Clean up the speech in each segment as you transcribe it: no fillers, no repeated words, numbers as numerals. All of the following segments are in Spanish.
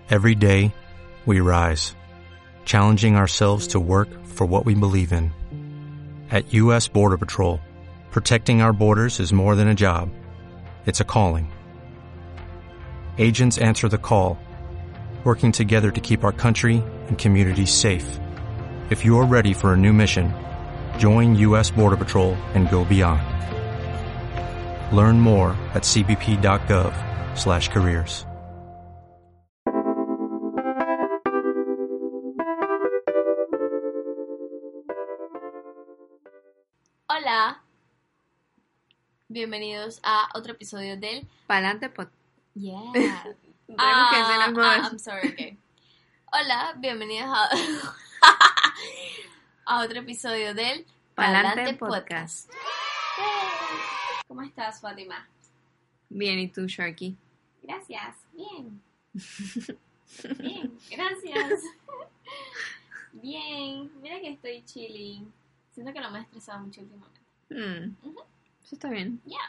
Every day, we rise, challenging ourselves to work for what we believe in. At U.S. Border Patrol, protecting our borders is more than a job. It's a calling. Agents answer the call, working together to keep our country and communities safe. If you're ready for a new mission, join U.S. Border Patrol and go beyond. Learn more at cbp.gov/careers. Hola, bienvenidos a otro episodio del Pa'lante Podcast. Yeah. Tenemos que hacer algo más. I'm sorry, okay. Hola, bienvenidos a otro episodio del Pa'lante Podcast. ¿Cómo estás, Fátima? Bien, ¿y tú, Sharky? Gracias, bien. Bien, gracias. Bien, mira que estoy chilling. Siento que no me he estresado mucho últimamente. Eso está bien. Ya.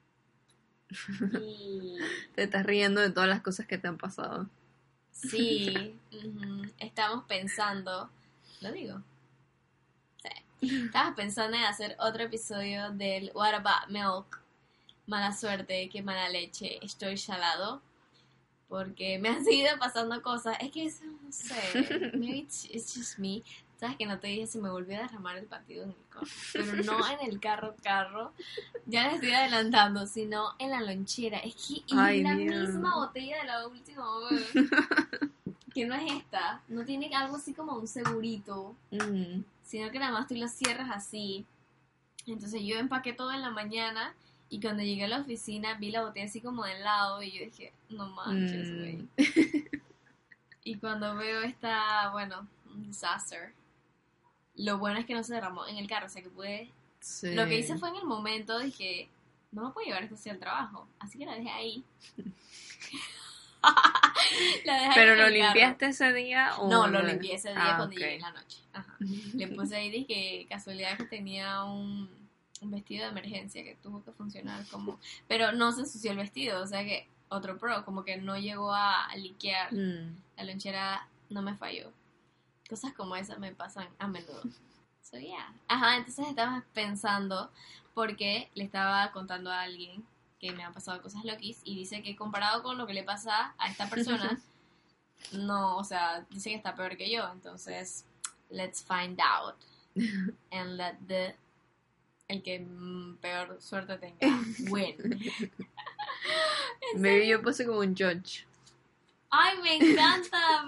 Y Te estás riendo de todas las cosas que te han pasado. sí, estamos pensando, ¿lo digo? Sí. Estamos pensando en hacer otro episodio del What About Milk. Mala suerte, qué mala leche, estoy salado. Porque me han seguido pasando cosas. Es que eso, no sé, maybe it's just me. Sabes que no te dije si me volvió a derramar el batido en el carro. Pero no en el carro. Ya les estoy adelantando, sino en la lonchera. Es que es la misma botella de la última vez. Que no es esta. No tiene algo así como un segurito. Sino que nada más tú lo cierras así. Entonces yo empaqué todo en la mañana. Y cuando llegué a la oficina vi la botella así como de lado. Y yo dije, no manches, güey. Y cuando veo esta, bueno, un disaster. Lo bueno es que no se derramó en el carro, o sea que pude... Sí. Lo que hice fue en el momento, dije, no me puedo llevar esto hacia el trabajo, así que la dejé ahí. La dejé ¿Pero ahí en lo el carro. limpiaste ese día o...? No, lo limpié ese día cuando ok. llegué en la noche. Ajá. Le puse ahí, dije, casualidad que tenía un vestido de emergencia que tuvo que funcionar como... Pero no se ensució el vestido, o sea que otro pro, como que no llegó a liquear. La lonchera no me falló. Cosas como esas me pasan a menudo. So, yeah. Ajá, entonces estaba pensando, porque le estaba contando a alguien que me han pasado cosas loquis y dice que comparado con lo que le pasa a esta persona, no, o sea, dice que está peor que yo. Entonces, let's find out. And let el que peor suerte tenga win. Maybe yo puse como un judge. Ay, me encanta.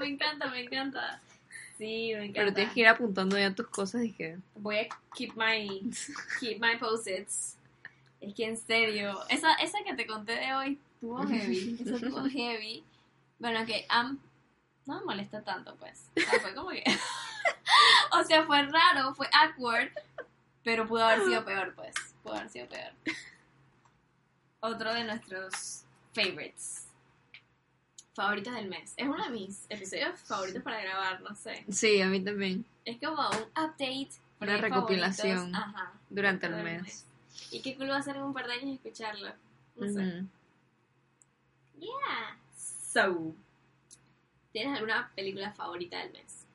Sí, me encanta. Pero tienes que ir apuntando ya tus cosas y que... Voy a keep my post-its. Es que en serio, esa que te conté de hoy estuvo heavy. Eso estuvo heavy. Bueno, que no me molesta tanto, pues. O sea, fue como que... o sea, fue raro, fue awkward. Pero pudo haber sido peor, pues. Pudo haber sido peor. Otro de nuestros favoritos del mes. Es uno de mis episodios favoritos para grabar, no sé. Sí, a mí también. Es como un update. Una recopilación favoritos. Ajá, durante el mes. Y qué cool va a ser en un par de años escucharlo. No sé. Yeah. So, ¿tienes alguna película favorita del mes?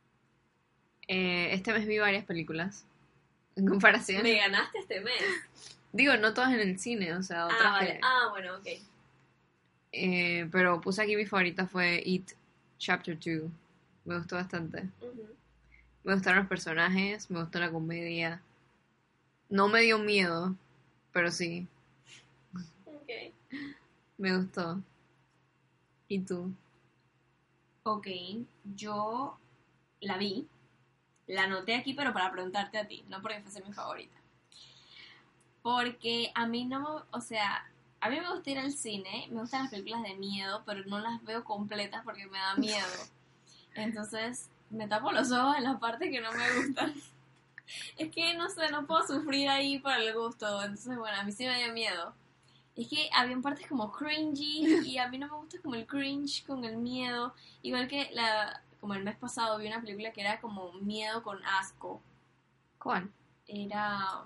Este mes vi varias películas. En comparación. Me ganaste este mes. Digo, no todas en el cine, o sea, otras Vale. que... Bueno, ok. Pero puse aquí mi favorita fue It Chapter 2. Me gustó bastante. Me gustaron los personajes, me gustó la comedia. No me dio miedo, pero sí. Ok. Me gustó. ¿Y tú? Ok, yo la vi. La anoté aquí, pero para preguntarte a ti, no porque fuese mi favorita. Porque a mí no, o sea, a mí me gusta ir al cine, me gustan las películas de miedo, pero no las veo completas porque me da miedo. Entonces, me tapo los ojos en la parte que no me gustan. Es que, no sé, no puedo sufrir ahí por el gusto. Entonces, bueno, a mí sí me dio miedo. Es que habían partes como cringy y a mí no me gusta como el cringe con el miedo. Igual que como el mes pasado vi una película que era como miedo con asco. ¿Cuál? Era...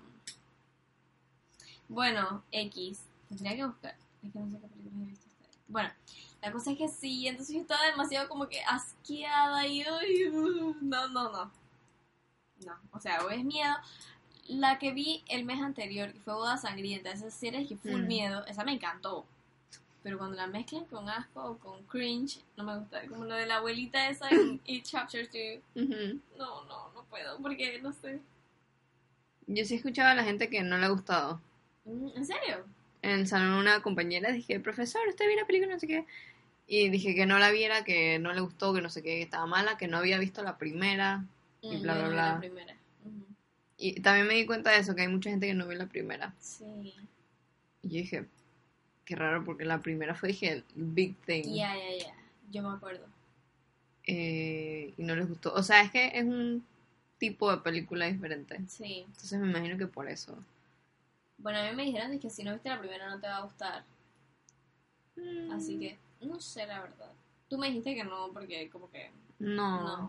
Bueno, X. Tendría que buscar. Es que no sé qué película he visto. Bueno, La cosa es que sí, entonces yo estaba demasiado como que asqueada y ay, no, no, no. No, o sea, o es miedo. La que vi el mes anterior, que fue Boda Sangrienta, esa serie que full miedo, esa me encantó. Pero cuando la mezclan con asco o con cringe, no me gusta. Como lo de la abuelita esa en It Chapter 2. No, no, no puedo, porque no sé. Yo sí escuchaba a la gente que no le ha gustado. ¿En serio? En el salón una compañera dije, profesor, ¿usted vio la película? No sé qué. Y dije que no la viera, que no le gustó, que no sé qué, que estaba mala, que no había visto la primera. Y bla, bla, bla. La primera. Y también me di cuenta de eso, que hay mucha gente que no vio la primera. Sí. Y yo dije, qué raro, porque la primera fue, dije, el big thing. Ya. Yo me acuerdo. Y no les gustó. O sea, es que es un tipo de película diferente. Sí. Entonces me imagino que por eso. Bueno, a mí me dijeron que si no viste la primera no te va a gustar. Así que, no sé la verdad. Tú me dijiste que no, porque como que... No.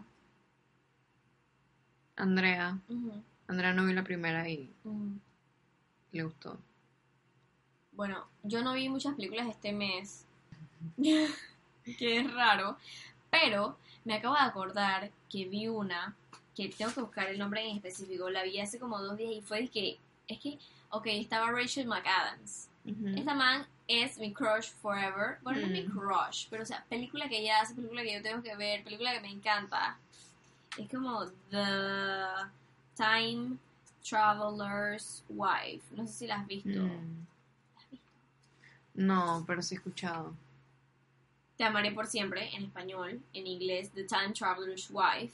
Andrea. Andrea no vio la primera y le gustó. Bueno, yo no vi muchas películas este mes. Que es raro. Pero me acabo de acordar que vi una que tengo que buscar el nombre en específico. La vi hace como 2 días y fue que... Es que, ok, estaba Rachel McAdams. Esta man es mi crush forever. Bueno, no es mi crush, pero o sea, película que ella hace, película que yo tengo que ver, película que me encanta. Es como The Time Traveler's Wife. No sé si la has visto. ¿La has visto? No, pero sí he escuchado. Te amaré por siempre, en español, en inglés, The Time Traveler's Wife.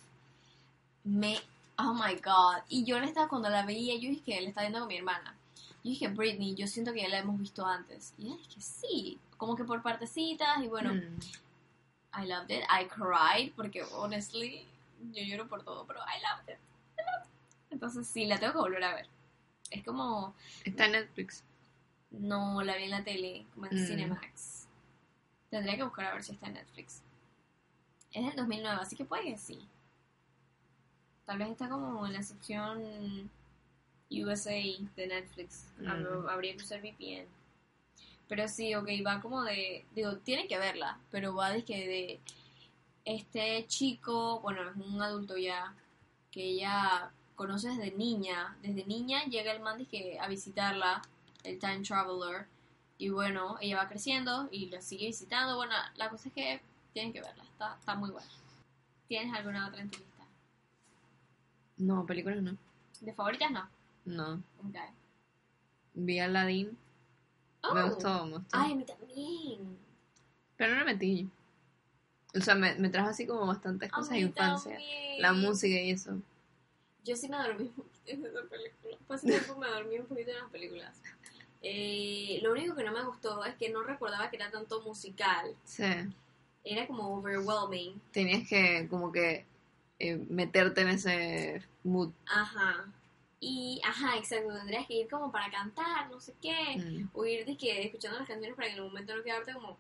Oh my god. Y yo cuando la veía, yo dije que la estaba viendo con mi hermana. Yo dije, Britney, yo siento que ya la hemos visto antes. Y ella dije, sí, como que por partecitas. Y bueno, I loved it. I cried, porque honestly, yo lloro por todo, pero I loved it. Entonces sí, la tengo que volver a ver. Es como... ¿Está en Netflix? No, la vi en la tele, como en Cinemax. Tendría que buscar a ver si está en Netflix. Es del 2009, así que puede que sí. Tal vez está como en la sección USA de Netflix. Habría que usar VPN. Pero sí, ok, va como de... Digo, tienen que verla, pero va de este chico, bueno, es un adulto ya, que ella conoce desde niña. Desde niña llega el man a visitarla, el Time Traveler. Y bueno, ella va creciendo y la sigue visitando. Bueno, la cosa es que tienen que verla, está muy buena. ¿Tienes alguna otra en tu lista? No, películas no. ¿De favoritas no? No. Ok. Vi Aladdin. Oh. Me gustó. Ay, a mí también. Pero no me metí. O sea, me trajo así como bastantes cosas de infancia. También. La música y eso. Yo sí me dormí un poquito en esa película. Pues tiempo me dormí un poquito en las películas. Lo único que no me gustó es que no recordaba que era tanto musical. Sí. Era como overwhelming. Tenías que como que meterte en ese mood. Ajá. Exacto. Tendrías que ir como para cantar, no sé qué. O ir escuchando las canciones para que en el momento no quedarte como...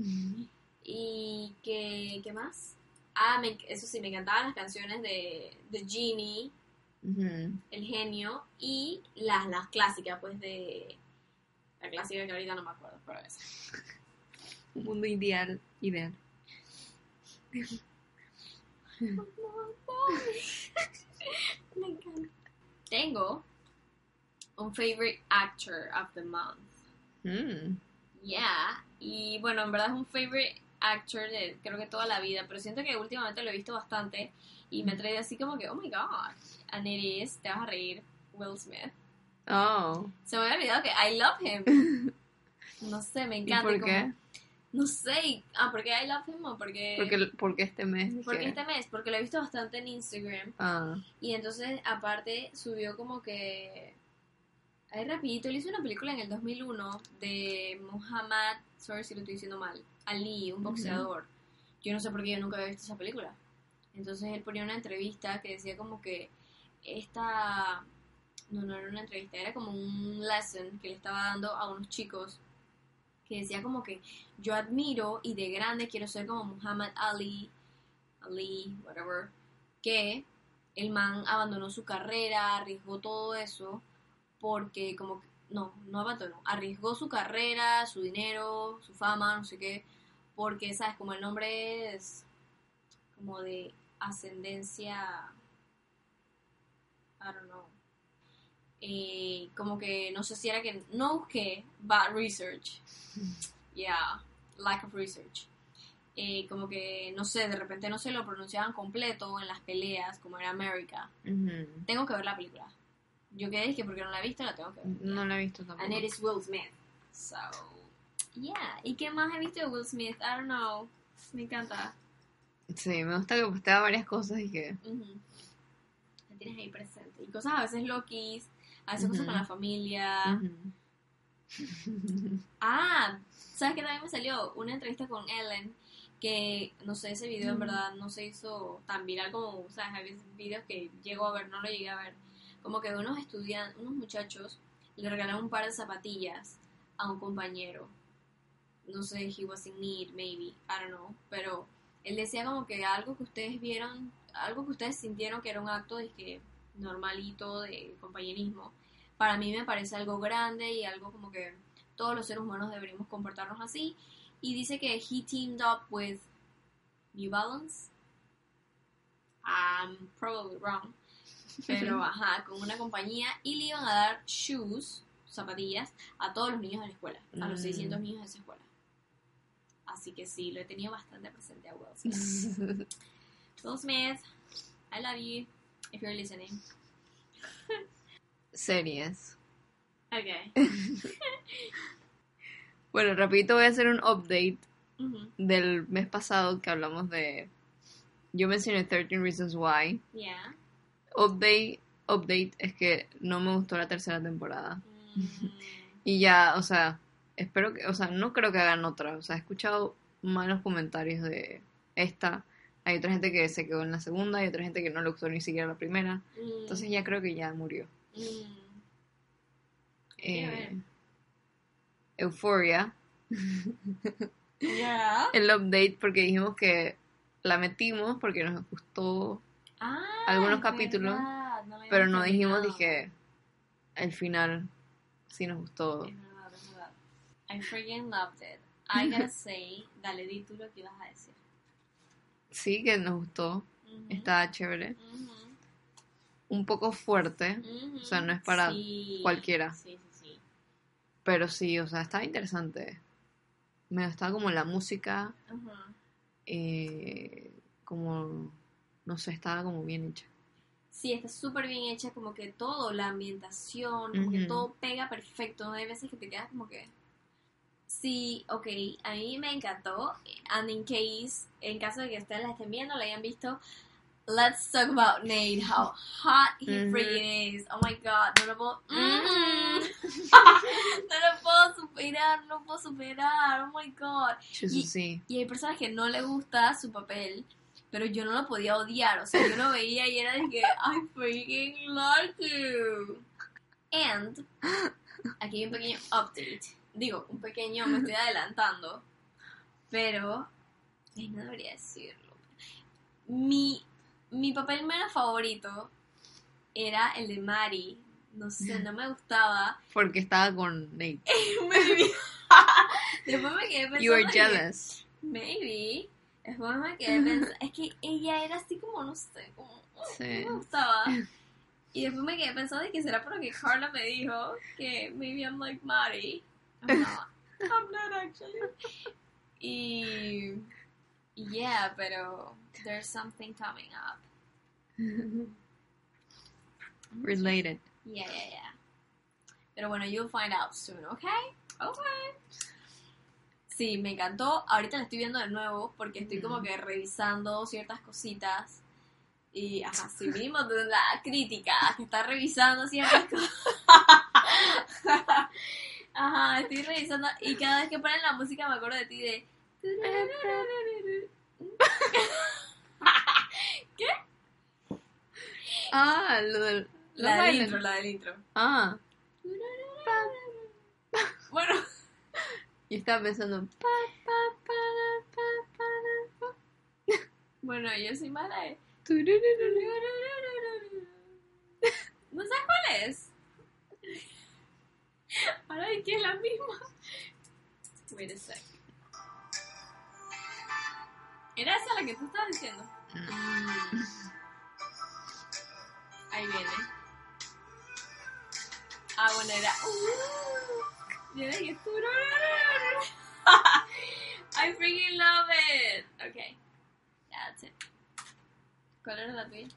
¿Y qué más? Eso sí, me encantaban las canciones de Genie, el genio, y las clásicas, pues de... La clásica que ahorita no me acuerdo, pero esa. Un mundo ideal. Me encanta. Tengo un favorite actor of the month. Yeah. Y bueno, en verdad es un favorite actor de creo que toda la vida, pero siento que últimamente lo he visto bastante y me trae así como que, oh my god. And it is, te vas a reír, Will Smith. Oh. Se me había olvidado que I love him. No sé, me encanta. ¿Y por qué? No sé. ¿Por qué I love him o porque este mes? Porque este mes, porque lo he visto bastante en Instagram. Y entonces, aparte, subió como que... Ahí rapidito, él hizo una película en el 2001 de Muhammad, sorry si lo estoy diciendo mal, Ali, un boxeador. Yo no sé por qué yo nunca había visto esa película. Entonces él ponía una entrevista que decía como que no era una entrevista, era como un lesson que le estaba dando a unos chicos que decía como que yo admiro y de grande quiero ser como Muhammad Ali, whatever, que el man abandonó su carrera, arriesgó todo eso, porque como que, no abandonó, arriesgó su carrera, su dinero, su fama, no sé qué, porque, ¿sabes? Como el nombre es como de ascendencia, I don't know, como que no sé si era que no busqué bad research, yeah, lack of research, como que no sé, de repente no se lo pronunciaban completo en las peleas como era America. Tengo que ver la película. Yo quedé que porque no la he visto la tengo que ver. No la he visto tampoco. And it is Will Smith, so yeah. ¿Y qué más he visto de Will Smith? I don't know, me encanta. Sí, me gusta que postea varias cosas y que... La tienes ahí presente. Y cosas a veces loquis, a veces cosas con la familia. ¿Sabes qué también me salió? Una entrevista con Ellen, que, no sé, ese video en verdad no se hizo tan viral como, ¿sabes? Hay videos que llego a ver, no lo llegué a ver. Como que unos muchachos le regalaron un par de zapatillas a un compañero. No sé, he was in need, maybe, I don't know. Pero él decía como que algo que ustedes vieron, algo que ustedes sintieron que era un acto de que normalito de compañerismo. Para mí me parece algo grande y algo como que todos los seres humanos deberíamos comportarnos así. Y dice que he teamed up with New Balance. I'm probably wrong. Pero, con una compañía. Y le iban a dar zapatillas, a todos los niños de la escuela. A los 600 niños de esa escuela. Así que sí, lo he tenido bastante presente a Will Smith. Will Smith, I love you, if you're listening. Series. Okay. Bueno, rapidito voy a hacer un update del mes pasado que hablamos de... Yo mencioné 13 Reasons Why. Yeah. Update es que no me gustó la tercera temporada. Y ya, o sea, espero que... O sea, no creo que hagan otra. O sea, he escuchado malos comentarios de esta. Hay otra gente que se quedó en la segunda. Hay otra gente que no le gustó ni siquiera la primera. Entonces ya creo que ya murió. Euphoria. Yeah. El update porque dijimos que la metimos porque nos gustó algunos capítulos, pero no dijimos, dije, el final sí nos gustó. Es verdad. I freaking loved it. I gotta say, dale, di tú lo que ibas a decir. Sí, que nos gustó. Está chévere. Un poco fuerte. O sea, no es para cualquiera. Sí. Pero sí, o sea, estaba interesante. Me gustaba como la música. Como, no sé, estaba como bien hecha. Sí, está súper bien hecha, como que todo, la ambientación, como que todo pega perfecto, ¿no? Hay veces que te quedas como que... Sí, ok, a mí me encantó, and en caso de que ustedes la estén viendo, la hayan visto, let's talk about Nate, how hot he freaking is, oh my god, no lo puedo... no lo puedo superar, oh my god. Sí. Y hay personas que no les gusta su papel, pero yo no lo podía odiar, o sea, yo lo veía y era de que I freaking like you. And aquí hay un pequeño update. Digo, me estoy adelantando, pero no debería decirlo. Mi papel menos favorito era el de Mari. No sé, no me gustaba. Porque estaba con Nate. Después me quedé pensando. You were jealous. Maybe. Después me quedé pensando. Es que ella era así como, no sé, como. Sí. No me gustaba. Y después me quedé pensando de que será porque Carla me dijo que maybe I'm like Mari. I'm not actually. Y yeah, pero there's something coming up. Related. Yeah. Pero bueno, you'll find out soon, okay? Sí, me encantó. Ahorita la estoy viendo de nuevo porque estoy como que revisando ciertas cositas. Y, sí mismo de la crítica que está revisando ciertas cosas. Estoy revisando y cada vez que ponen la música me acuerdo de ti de... ¿Qué? La del intro. Bueno. Y estaba pensando... Bueno, yo soy mala de... ¿No sabes cuál es? Ahora es que es la misma. Wait a sec. ¿Era esa la que tú estabas diciendo? Ahí viene. Ah, bueno, era... yo dije, I freaking love it. Okay, that's it. ¿Cuál era la tuya?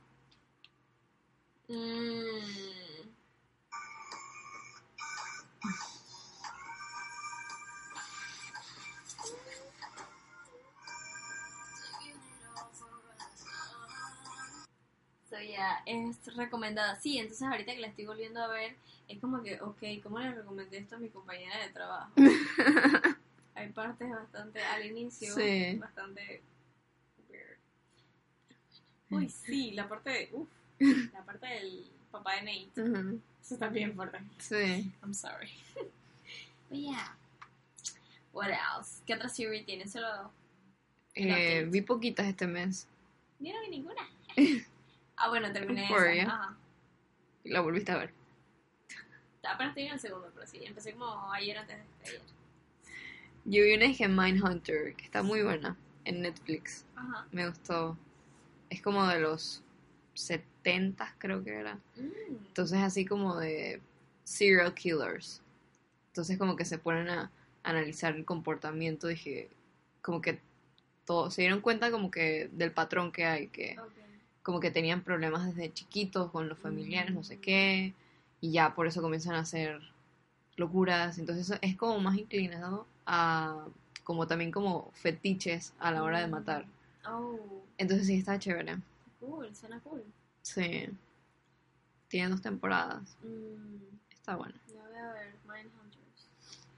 So, yeah, es recomendada. Sí, entonces ahorita que la estoy volviendo a ver, es como que, ok, ¿cómo le recomendé esto a mi compañera de trabajo? Hay partes bastante, al inicio, Sí. bastante weird. Uy, sí, la parte de, la parte del papá de Nate. Uh-huh. Eso está bien fuerte. Sí. I'm sorry. But yeah. What else? ¿Qué otra serie tienes? Solo Vi poquitas este mes. yo no vi ninguna. Ah, bueno, terminé Euphoria. esa. Ajá. La volviste a ver. Apenas estoy en el segundo, pero sí, empecé como ayer antes de ayer. Yo vi una que Mindhunter, que está muy buena, en Netflix. Ajá. Me gustó. Es como de los 70 creo que era. Entonces así como de serial killers. Entonces como que se ponen a analizar el comportamiento. Dije, como que se dieron cuenta como que del patrón que hay, que Okay. como que tenían problemas desde chiquitos con los familiares, no sé qué, y ya por eso comienzan a hacer locuras. Entonces es como más inclinado a como también como fetiches a la hora de matar. Oh, Entonces sí está chévere. cool, suena cool. Sí. Tiene 2 temporadas. Está bueno. Ya voy a ver Mindhunters.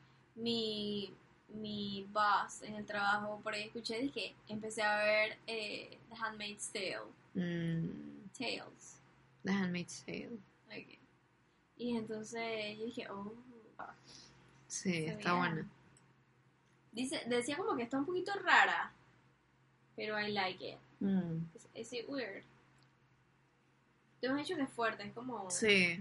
Mi boss en el trabajo, por ahí escuché, dije, empecé a ver The Handmaid's Tale. Tales. The Handmaid's Tale. Okay. Y entonces yo dije, Sí, so está yeah. buena. Decía como que está un poquito rara, pero I like it. Es weird. Te hemos hecho que es fuerte, es como, Sí.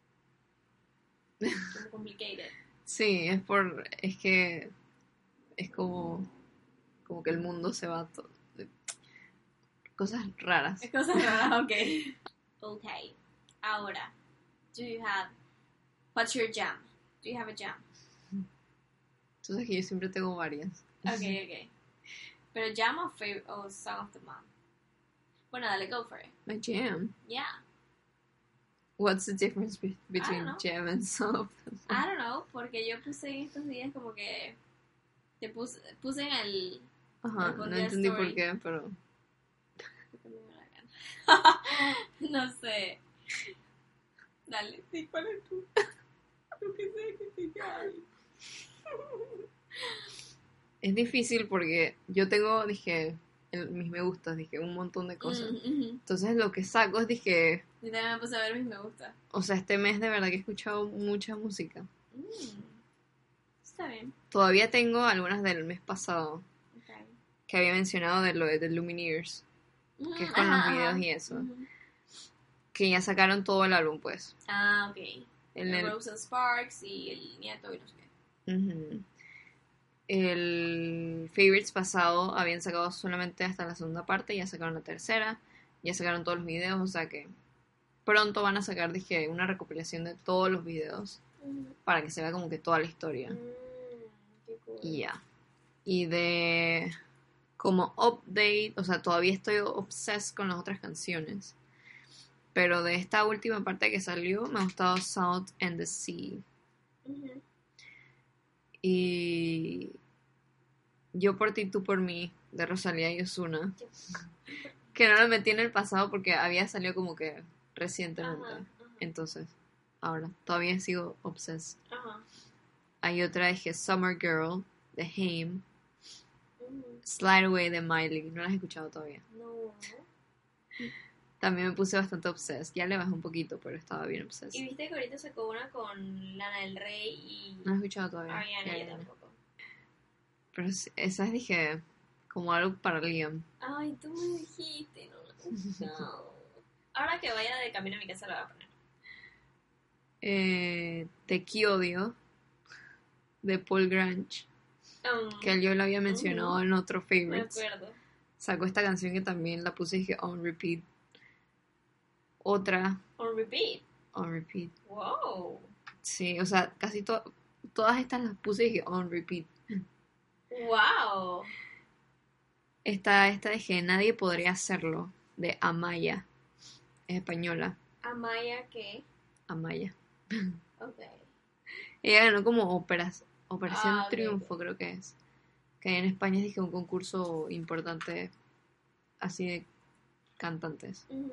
como complicated. Sí, es que es como que el mundo se va todo. Cosas raras. Es cosa rara, ok. Ok, ahora, what's your jam? Do you have a jam? Entonces que yo siempre tengo varias. Ok. Pero jam o song of the month? Bueno, dale, go for it. My jam. Yeah. What's the difference I between don't know. jam and song? I don't know, porque yo puse en estos días como que te puse en el... Ajá, Me no pondría entendí story. por qué, pero... No sé. Dale, sí, ¿cuál es tú? Lo que sé que sí que hay. Es difícil porque yo tengo, dije, mis me gustas, dije, un montón de cosas. Entonces lo que saco es, dije... Yo también me puse a ver mis me gusta. O sea, este mes de verdad que he escuchado mucha música. Está bien. Todavía tengo algunas del mes pasado Okay. que había mencionado de lo de The Lumineers, que es con los videos y eso. Que ya sacaron todo el álbum, pues. Ah, ok. El Rose and Sparks y el nieto y no sé qué. El Favorites pasado habían sacado solamente hasta la segunda parte, ya sacaron la tercera, ya sacaron todos los videos, o sea que pronto van a sacar, dije, una recopilación de todos los videos para que se vea como que toda la historia. Qué cool. Y ya. Y de como update, o sea, todavía estoy obsessed con las otras canciones. Pero de esta última parte que salió, me ha gustado Salt and the Sea. Y Yo por ti, tú por mí, de Rosalía y Ozuna. Que no lo metí en el pasado porque había salido como que recientemente. Entonces, ahora, todavía sigo obsessed. Hay otra que es Summer Girl, de Haim. Slide Away, de Miley. No la has escuchado todavía. No. También me puse bastante obsessed. Ya le bajé un poquito, pero estaba bien obsessed. Y viste que ahorita sacó una con Lana del Rey y No la he escuchado todavía. Ariana, yo tampoco. Pero esa es, dije, como algo para Liam. Ay, tú me dijiste, no. Ahora que vaya de camino a mi casa la voy a poner. Te Odio, de Paul Grange. Que yo lo había mencionado en otro Me Favorites. acuerdo. sacó esta canción que también la puse y dije on repeat. Otra. On repeat. On repeat. Wow. Sí, o sea, casi todas estas las puse y dije on repeat. Wow. Esta dije, nadie podría hacerlo, de Amaya. Es española. Amaya, ¿qué? Amaya. Ok. Ella ganó como Operación ok, Triunfo, creo que es. Que en España es dije, un concurso importante así de cantantes. Ujú.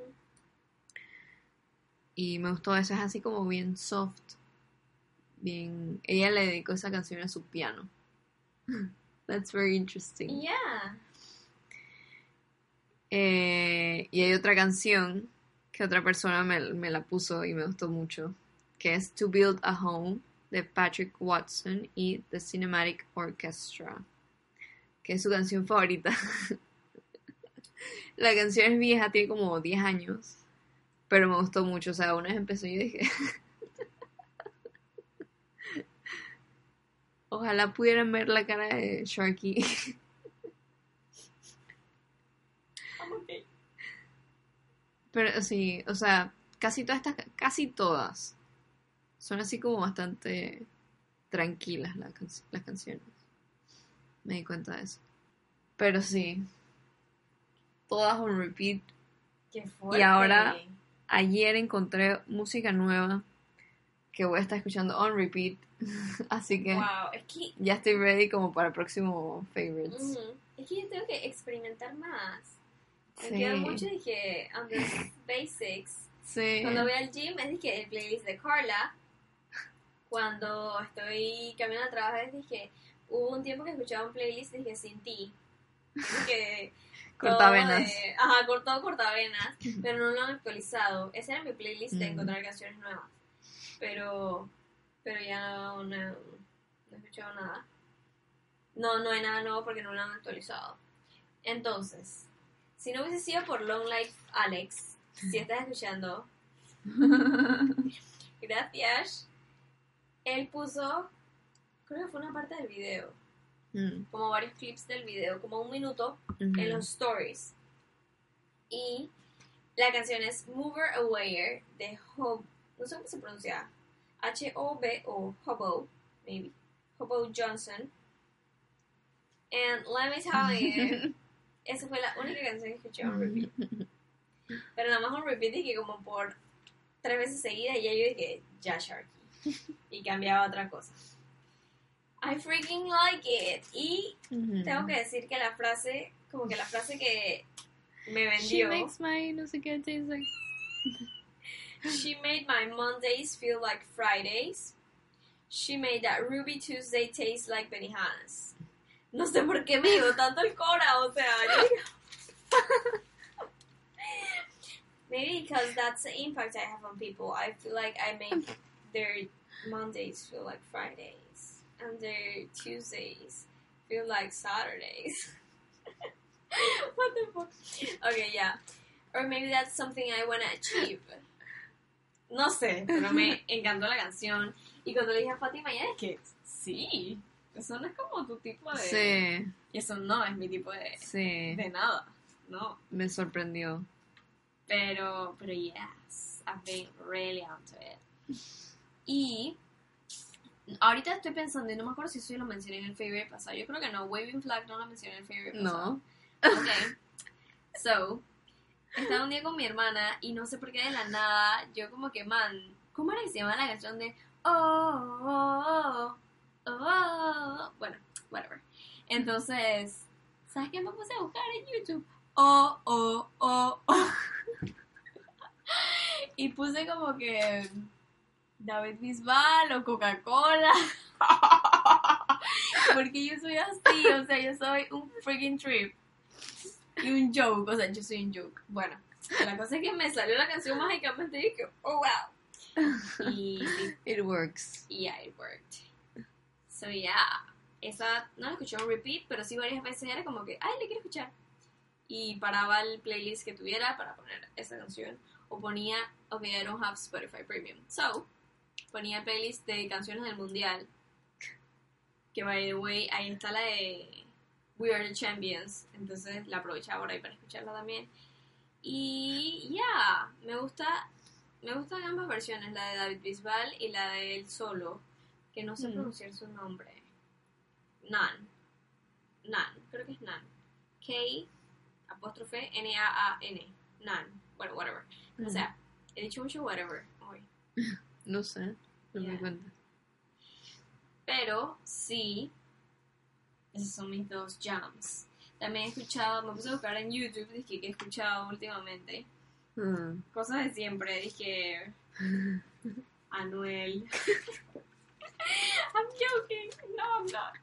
Y me gustó eso, es así como bien soft. Bien. Ella le dedicó esa canción a su piano. That's very interesting. Yeah. Y hay otra canción que otra persona me la puso y me gustó mucho, que es To Build a Home de Patrick Watson y The Cinematic Orchestra, que es su canción favorita. La canción es vieja, tiene como 10 años, pero me gustó mucho. O sea, una vez empezó y yo dije ojalá pudieran ver la cara de Sharky. Okay. Pero sí, o sea, casi todas son así como bastante tranquilas las canciones. Me di cuenta de eso. Pero sí, todas on repeat. Qué fuerte. Y ahora, ayer encontré música nueva que voy a estar escuchando on repeat. Así que Wow, es que ya estoy ready como para el próximo favorites. es que yo tengo que experimentar más. Me Sí. quedo mucho, dije, on the basics. Sí. Cuando voy al gym, es dije, el playlist de Carla. Cuando estoy caminando a trabajar, dije, hubo un tiempo que escuchaba un playlist, dije, Sin Ti. Dije, Cortavenas. Ajá, cortavenas, pero no lo han actualizado. Ese era mi playlist de encontrar canciones nuevas. Pero ya no he escuchado nada. No hay nada nuevo porque no lo han actualizado. Entonces, si no hubiese sido por Long Life Alex, si estás escuchando, gracias. Él puso, creo que fue una parte del video, como varios clips del video, como 1 minuto en los stories. Y la canción es Mover Away de Hobo, no sé cómo se pronuncia, H-O-B-O, Hobo, maybe, Hobo Johnson. And let me tell you, esa fue la única canción que escuché on repeat. Pero nada más on repeat dije como por 3 veces seguidas y ya yo dije, ya Sharky. Y cambiaba a otra cosa. I freaking like it. Y tengo que decir que la frase que me vendió. She makes my, no sé qué taste like. She made my Mondays feel like Fridays. She made that Ruby Tuesday taste like Benihanas. No sé por qué me digo tanto el Cora, o sea, maybe because that's the impact I have on people. I feel like I make their Mondays feel like Fridays, and their Tuesdays feel like Saturdays. What the fuck? Okay, yeah. Or maybe that's something I want to achieve. No sé, pero me encantó la canción. Y cuando le dije a Fátima, ya es que sí, eso no es como tu tipo de... Sí. Y eso no es mi tipo de... Sí. De nada, no. Me sorprendió. Pero yes, I've been really onto it. Y ahorita estoy pensando, y no me acuerdo si eso lo mencioné en el favorite pasado. Yo creo que no, Waving Flag no lo mencioné en el favorite pasado. No. Ok. So, estaba un día con mi hermana y no sé por qué de la nada, yo como que, ¿cómo era que se llama la canción de bueno, whatever. Entonces, ¿sabes qué me puse a buscar en YouTube? Y puse como que David Bisbal o Coca-Cola. Porque yo soy así, o sea, yo soy un freaking trip. Y un joke, o sea, yo soy un joke. Bueno, la cosa es que me salió la canción mágicamente y dije, oh wow. Y It works. yeah, it worked. So yeah, esa no la escuché en repeat, pero sí varias veces era como que, ay, le quiero escuchar. Y paraba el playlist que tuviera para poner esa canción. O ponía, ok, I don't have Spotify Premium. So, ponía playlist de canciones del mundial. Que by the way, ahí está la de We Are the Champions. Entonces la aprovechaba por ahí para escucharla también. Y ya, me gustan ambas versiones, la de David Bisbal y la de él solo, que no sé pronunciar su nombre. Nan, creo que es Nan. K''N''A''N. Nan, bueno, whatever. O sea, he dicho mucho whatever hoy. No sé, no me cuenta. Pero sí, esos son mis dos jams. También he escuchado, me puse a buscar en YouTube, dije que he escuchado últimamente. Cosas de siempre, dije Anuel. I'm joking, no I'm not.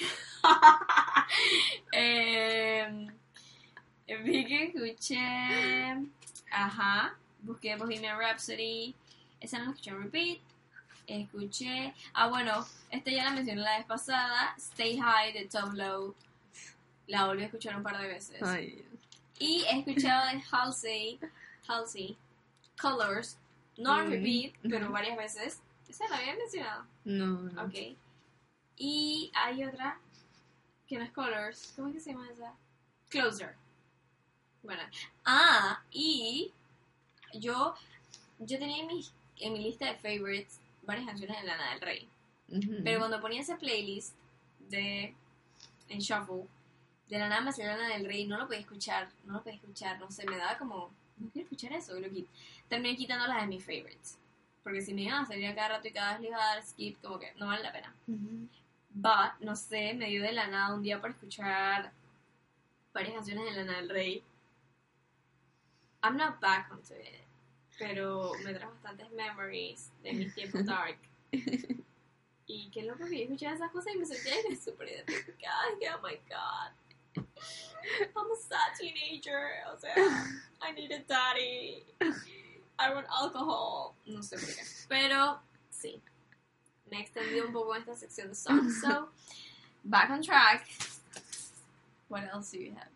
Vi que escuché, busqué Bohemian Rhapsody, esa no la escuché en repeat. Escuché, bueno, esta ya la mencioné la vez pasada, Stay High de Tom Lowe. La volví a escuchar un par de veces. Ay. Y he escuchado de Halsey, Colors, no en repeat, pero varias veces. ¿Esa la había mencionado? No. Ok. Y hay otra que no es Colors. ¿Cómo es que se llama esa? Closer. Bueno. Y yo tenía en mi lista de favorites varias canciones de Lana del Rey. Pero cuando ponía esa playlist en Shuffle, de la nada me hacía Lana del Rey, no lo podía escuchar, no sé, me daba como, no quiero escuchar eso, terminé quitando las de mis favorites, porque si me iban a salir a cada rato y cada vez le iba a dar skip, como que no vale la pena. But, no sé, me dio de la nada un día para escuchar varias canciones de Lana del Rey. I'm not back onto it, pero me trae bastantes memories de mis tiempos dark. Y qué loco que yo escuchaba esas cosas y me sentía súper identificada. Y que, oh my god, I'm a sad teenager. O sea, I need a daddy. I want alcohol. No sé por qué. Pero, sí. Me he extendido un poco en esta sección de songs. So, back on track. What else do you have?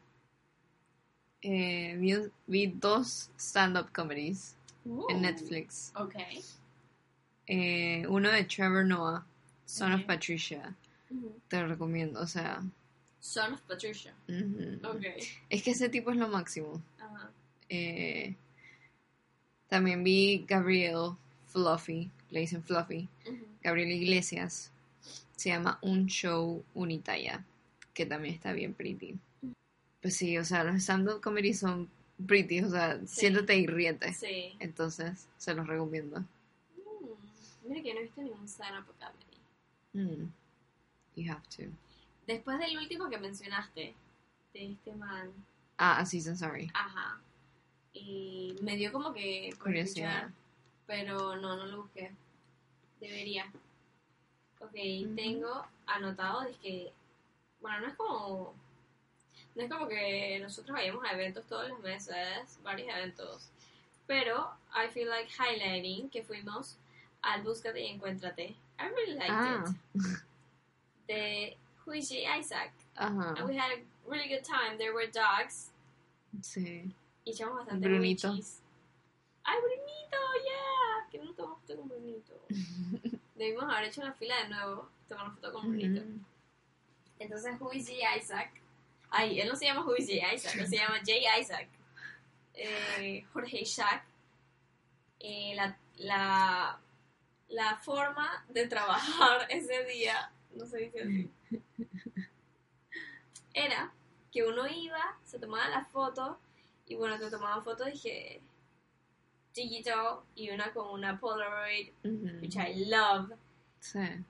Vi 2 stand-up comedies en Netflix. Okay. Uno de Trevor Noah, Son of Patricia. Te lo recomiendo, o sea. Son of Patricia. Okay. Es que ese tipo es lo máximo. Ajá. También vi Gabriel Fluffy, le dicen Fluffy. Gabriel Iglesias. Se llama Un Show Unitaya, que también está bien pretty. Pues sí, o sea, los stand-up comedy son pretty, o sea, siéntate y ríete. Sí. Entonces, se los recomiendo. Mira que no he visto ningún stand-up comedy. You have to. Después del último que mencionaste, de este man. Aziz Ansari. Ajá. Y me dio como que curiosidad. Pero no lo busqué. Debería. Ok, tengo anotado, es que, bueno, no es como que nosotros vayamos a eventos todos los meses, varios eventos, pero I feel like highlighting que fuimos al Búscate y Encuéntrate. I really liked it. De Huishi Isaac. And we had a really good time. There were dogs. Sí. Y echamos bastante Brunito. Huichis. ¡Ay, Brunito! ¡Yeah! Que no tomamos foto con Brunito. Debimos haber hecho la fila de nuevo, tomar una foto con Brunito. Entonces Huishi Isaac. Ay, él no se llama Huishi Isaac, él se llama Jay Isaac. Jorge Isaac. La forma de trabajar ese día, no se dice así, era que uno iba, se tomaba la foto, y bueno, te tomaban fotos, dije, digital, y una con una Polaroid, which I love. Sí.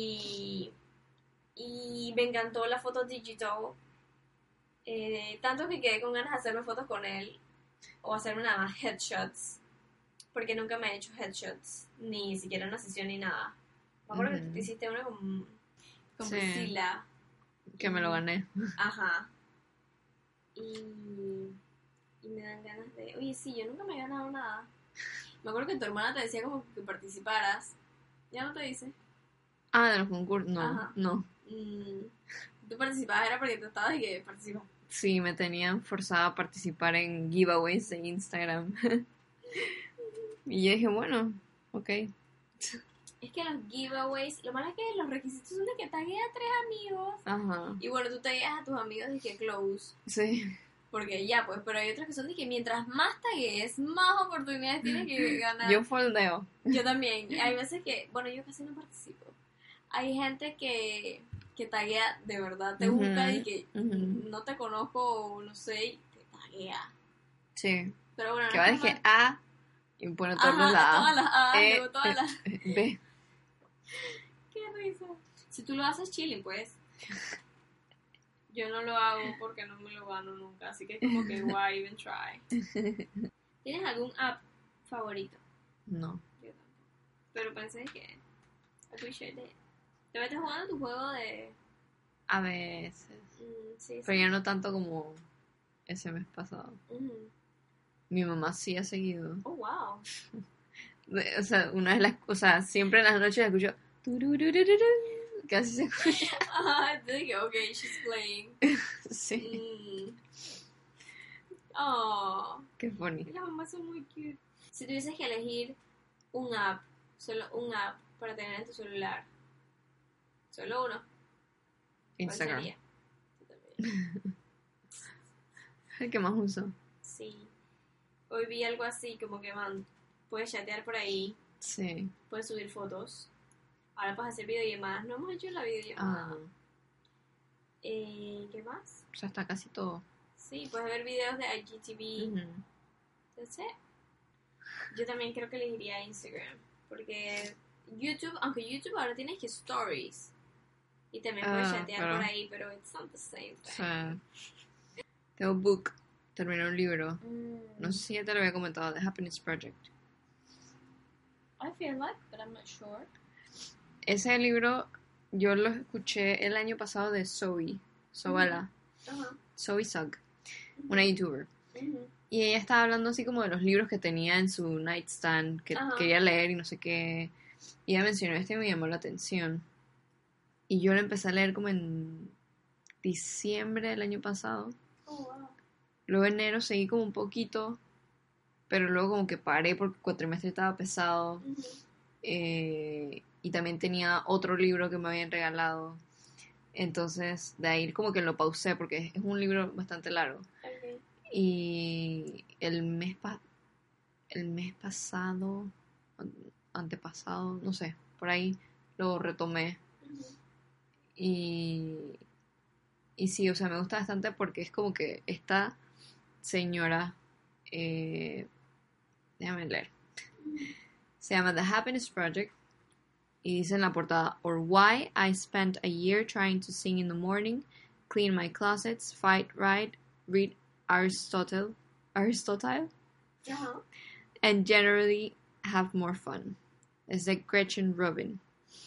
Y me encantó la foto digital, tanto que quedé con ganas de hacerme fotos con él, o hacerme nada más headshots, porque nunca me he hecho headshots, ni siquiera una sesión ni nada. Me acuerdo que tú te hiciste una con Priscila. Que me lo gané. Ajá. Y me dan ganas de... Oye, sí, yo nunca me he ganado nada. Me acuerdo que tu hermana te decía como que participaras. ¿Ya no te dice? De los concursos. No, ajá. No. Tú participabas era porque tú estabas y que participas. Sí, me tenían forzada a participar en giveaways de Instagram. Y yo dije, bueno, ok. Es Es que los giveaways, lo malo es que los requisitos son de que tagues a 3 amigos. Ajá. Y bueno, tú tagueas a tus amigos de que close. Sí. Porque ya, pues, pero hay otros que son de que mientras más tagues, más oportunidades tienes que ganar. Yo foldeo. Yo también. Hay veces que, bueno, yo casi no participo. Hay gente que taguea de verdad, te busca y que no te conozco o no sé, y te taguea. Sí. Pero bueno, Que no va es de que como- A y pone todas Ajá, las A. todas las A, luego todas las... B. Qué risa. Si tú lo haces chilling, pues. Yo no lo hago porque no me lo gano nunca, así que es como que why even try. ¿Tienes algún app favorito? No. Yo tampoco. Pero pensé que appreciate it. ¿Te estás jugando tu juego de...? A veces. Sí, Pero ya no tanto como ese mes pasado. Mi mamá sí ha seguido. Oh, wow. O sea, una de las... O sea, siempre en las noches la escucho... turururururu, casi se escucha. Ah, te dije, ok, she's playing. Sí. Oh, Qué funny. las mamás son muy cute. Si tuvieses que elegir un app, solo un app para tener en tu celular, solo uno, ¿cuál Instagram. sería? Yo también. El que más uso. Sí. Hoy vi algo así, como que man, puedes chatear por ahí, Sí. puedes subir fotos. Ahora puedes hacer videollamadas. No hemos hecho la videollamada. Ah, ¿Qué más? o sea, está casi todo. Sí, puedes ver videos de IGTV. Ujú. That's it. Yo también creo que elegiría Instagram. Porque YouTube, aunque YouTube ahora tienes que stories. Y también puedes chatear pero- por ahí, pero it's not the same O thing. sea, tengo book. Terminé un libro. No sé si ya te lo había comentado. The Happiness Project. I feel like, but I'm not sure. Ese libro yo lo escuché el año pasado de Zoe. Zoela. Ajá. Zoe Sugg. Una youtuber. Ujú. Y ella estaba hablando así como de los libros que tenía en su nightstand, que Ajá. quería leer y no sé qué. Y ella mencionó este y me llamó la atención. Y yo lo empecé a leer como en diciembre del año pasado. Oh, wow. Luego enero seguí como un poquito, pero luego como que paré porque el cuatrimestre estaba pesado. Ujú. Y también tenía otro libro que me habían regalado. Entonces de ahí como que lo pausé porque es un libro bastante largo. Okay. Y el mes pasado, antepasado, no sé, por ahí lo retomé. Ujú. Y sí, o sea, me gusta bastante porque es como que esta señora, déjame leer, se llama The Happiness Project y dice en la portada, or why I spent a year trying to sing in the morning, clean my closets, fight, write, read Aristotle, Ajá. and generally have more fun. Es de Gretchen Rubin.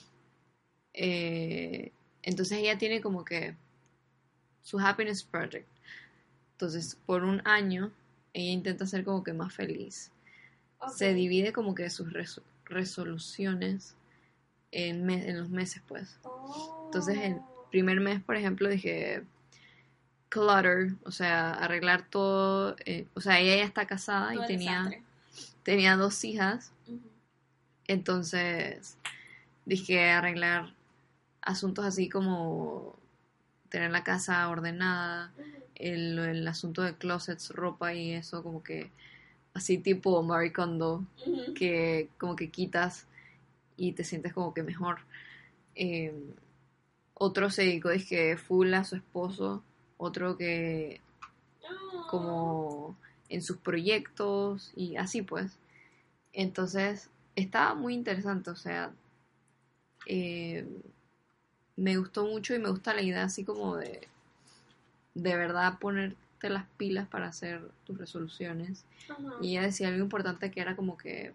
Entonces ella tiene como que su Happiness Project. Entonces, por un año, ella intenta ser como que más feliz. Okay. Se divide como que sus resoluciones en los meses, pues. Oh. Entonces, el primer mes, por ejemplo, dije clutter, o sea, arreglar todo. O sea, ella ya está casada Todo y el desastre. tenía 2 hijas. Ujú. Entonces, dije arreglar asuntos así como tener la casa ordenada, Ujú. el asunto de closets, ropa y eso, como que así tipo Marie Kondo, Ujú. que como que quitas y te sientes como que mejor. Otro se dedicó, dije, full a su esposo, otro que Oh. como en sus proyectos y así pues. Entonces, estaba muy interesante, o sea, me gustó mucho y me gusta la idea así como de verdad ponerte las pilas para hacer tus resoluciones. Ajá. Y ella decía algo importante que era como que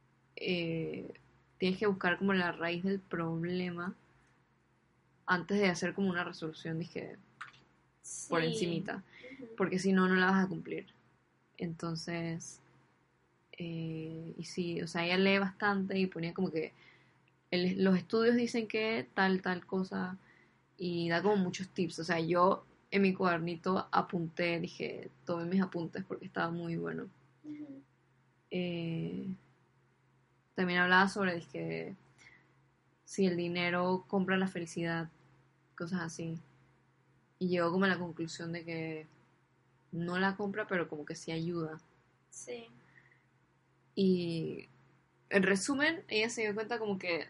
tienes que buscar como la raíz del problema antes de hacer como una resolución, dije, por Sí. encimita, Ujú. porque si no, no la vas a cumplir. Entonces, y sí, o sea, ella lee bastante y ponía como que los estudios dicen que tal cosa y da como muchos tips. O sea, yo en mi cuadernito apunté, dije, tomé mis apuntes porque estaba muy bueno. Ujú. También hablaba sobre, dije, si el dinero compra la felicidad, cosas así. Y llegó como a la conclusión de que no la compra, pero como que sí ayuda. Sí. Y en resumen, ella se dio cuenta como que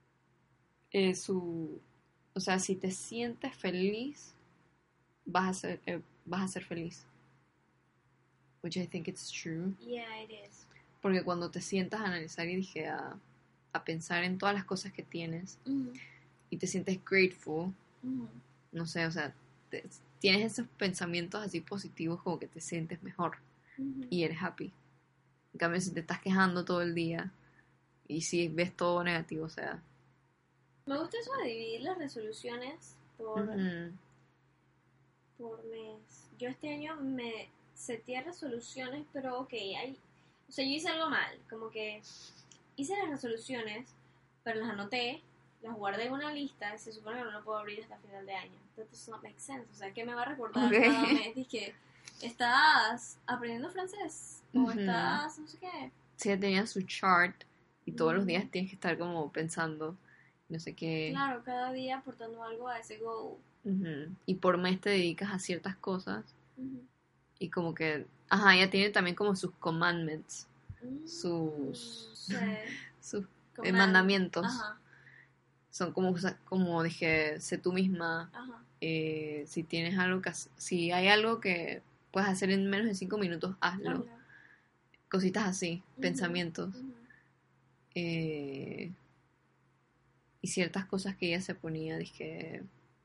o sea, si te sientes feliz, vas a ser feliz. Which I think it's true. Yeah, it is. Porque cuando te sientas a analizar y dije a pensar en todas las cosas que tienes y te sientes grateful, no sé, o sea, tienes esos pensamientos así positivos como que te sientes mejor y eres happy. En cambio, si te estás quejando todo el día y si ves todo negativo, o sea... Me gusta eso de dividir las resoluciones por mes. Yo este año me seteé resoluciones, pero ok, o sea, yo hice algo mal, como que hice las resoluciones, pero las anoté, las guardé en una lista y se supone que no lo puedo abrir hasta final de año. That does not make sense. O sea, ¿qué me va a recordar cada mes? Dije, ¿estás aprendiendo francés? ¿O estás no sé qué? Sí, ella tenía su chart y todos los días tienes que estar como pensando, no sé qué. Claro, cada día aportando algo a ese goal. Y por mes te dedicas a ciertas cosas y como que, ajá, ella tiene también como sus commandments, sus mandamientos. Ajá. Son como dije, sé tú misma. Ajá. Si tienes algo si hay algo que puedes hacer en menos de 5 minutos, hazlo. Cositas así, pensamientos. Y ciertas cosas que ella se ponía, dije,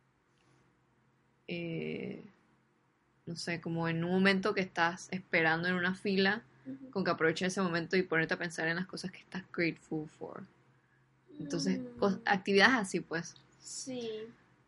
no sé, como en un momento que estás esperando en una fila, con que aproveches ese momento y ponerte a pensar en las cosas que estás grateful for. Entonces, actividades así, pues. Sí.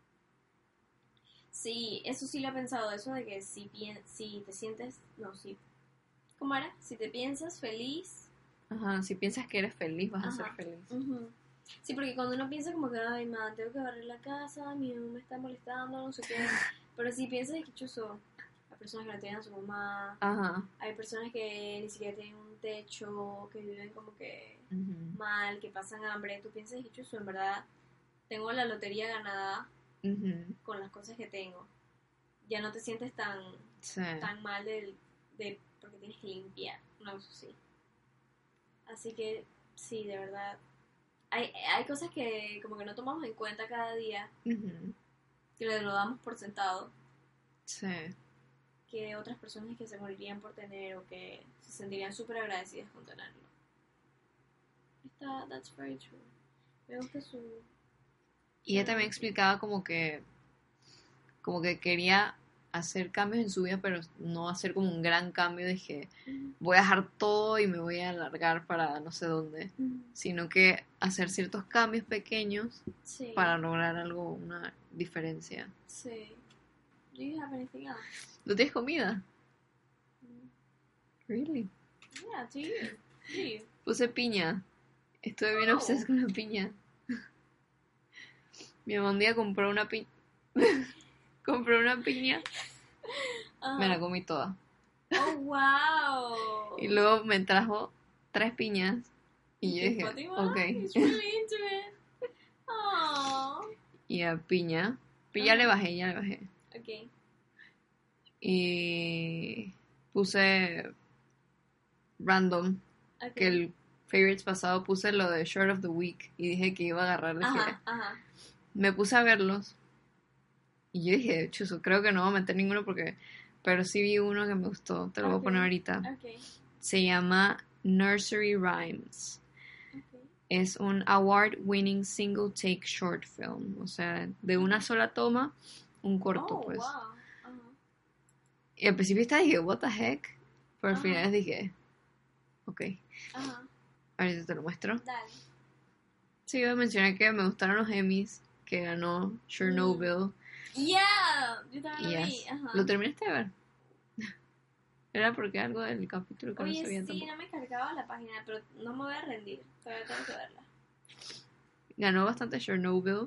Sí, eso sí lo he pensado, eso de que si te sientes, no, sí. ¿Cómo era? Si te piensas feliz. Ajá, si piensas que eres feliz, vas a ser feliz. Sí, porque cuando uno piensa como que, ay, man, tengo que barrer la casa, mi mamá me está molestando, no sé qué. Pero si piensas que chuzo, hay personas que no tienen a su mamá, hay personas que ni siquiera tienen un techo, que viven como que mal, que pasan hambre, tú piensas que chuzo, en verdad, tengo la lotería ganada con las cosas que tengo. Ya no te sientes tan mal de porque tienes que limpiar, una cosa así. Así que, sí, de verdad, hay cosas que como que no tomamos en cuenta cada día, que lo damos por sentado. Sí. Que otras personas que se morirían por tener o que se sentirían súper agradecidas con tenerlo. That's very true. Me gusta su... Y ella también explicaba como que quería hacer cambios en su vida, pero no hacer como un gran cambio de que voy a dejar todo y me voy a alargar para no sé dónde, sino que hacer ciertos cambios pequeños para lograr algo, una diferencia. Sí. Do you have anything else? ¿No tienes comida? Really? Yeah, do you? Puse piña. Estuve bien obsesionada con la piña. Mi mamá un día compró una piña. Me la comí toda. Oh, wow. Y luego me trajo 3 piñas. Y yo dije, ok. He's really into it. Aww. Y a piña. Ya le bajé. Ok. Y puse random. Que el favorites pasado puse lo de Short of the Week. Y dije que iba a agarrar. Me puse a verlos. Y yo dije, chuzo, creo que no voy a meter ninguno porque... Pero sí vi uno que me gustó. Te lo voy a poner ahorita. Se llama Nursery Rhymes. Es un award-winning single take short film. O sea, de una sola toma, un corto, pues. Wow. Y al principio dije, what the heck? Pero al final dije, ok. Ahorita te lo muestro. Dale. Sí, iba a mencionar que me gustaron los Emmys, que ganó Chernobyl. Yeah, yo también lo vi. ¿Lo terminaste de ver? Era porque algo del capítulo que no sabía tampoco. Sí, no me cargaba la página, pero no me voy a rendir. Todavía tengo que verla. Ganó bastante Chernobyl.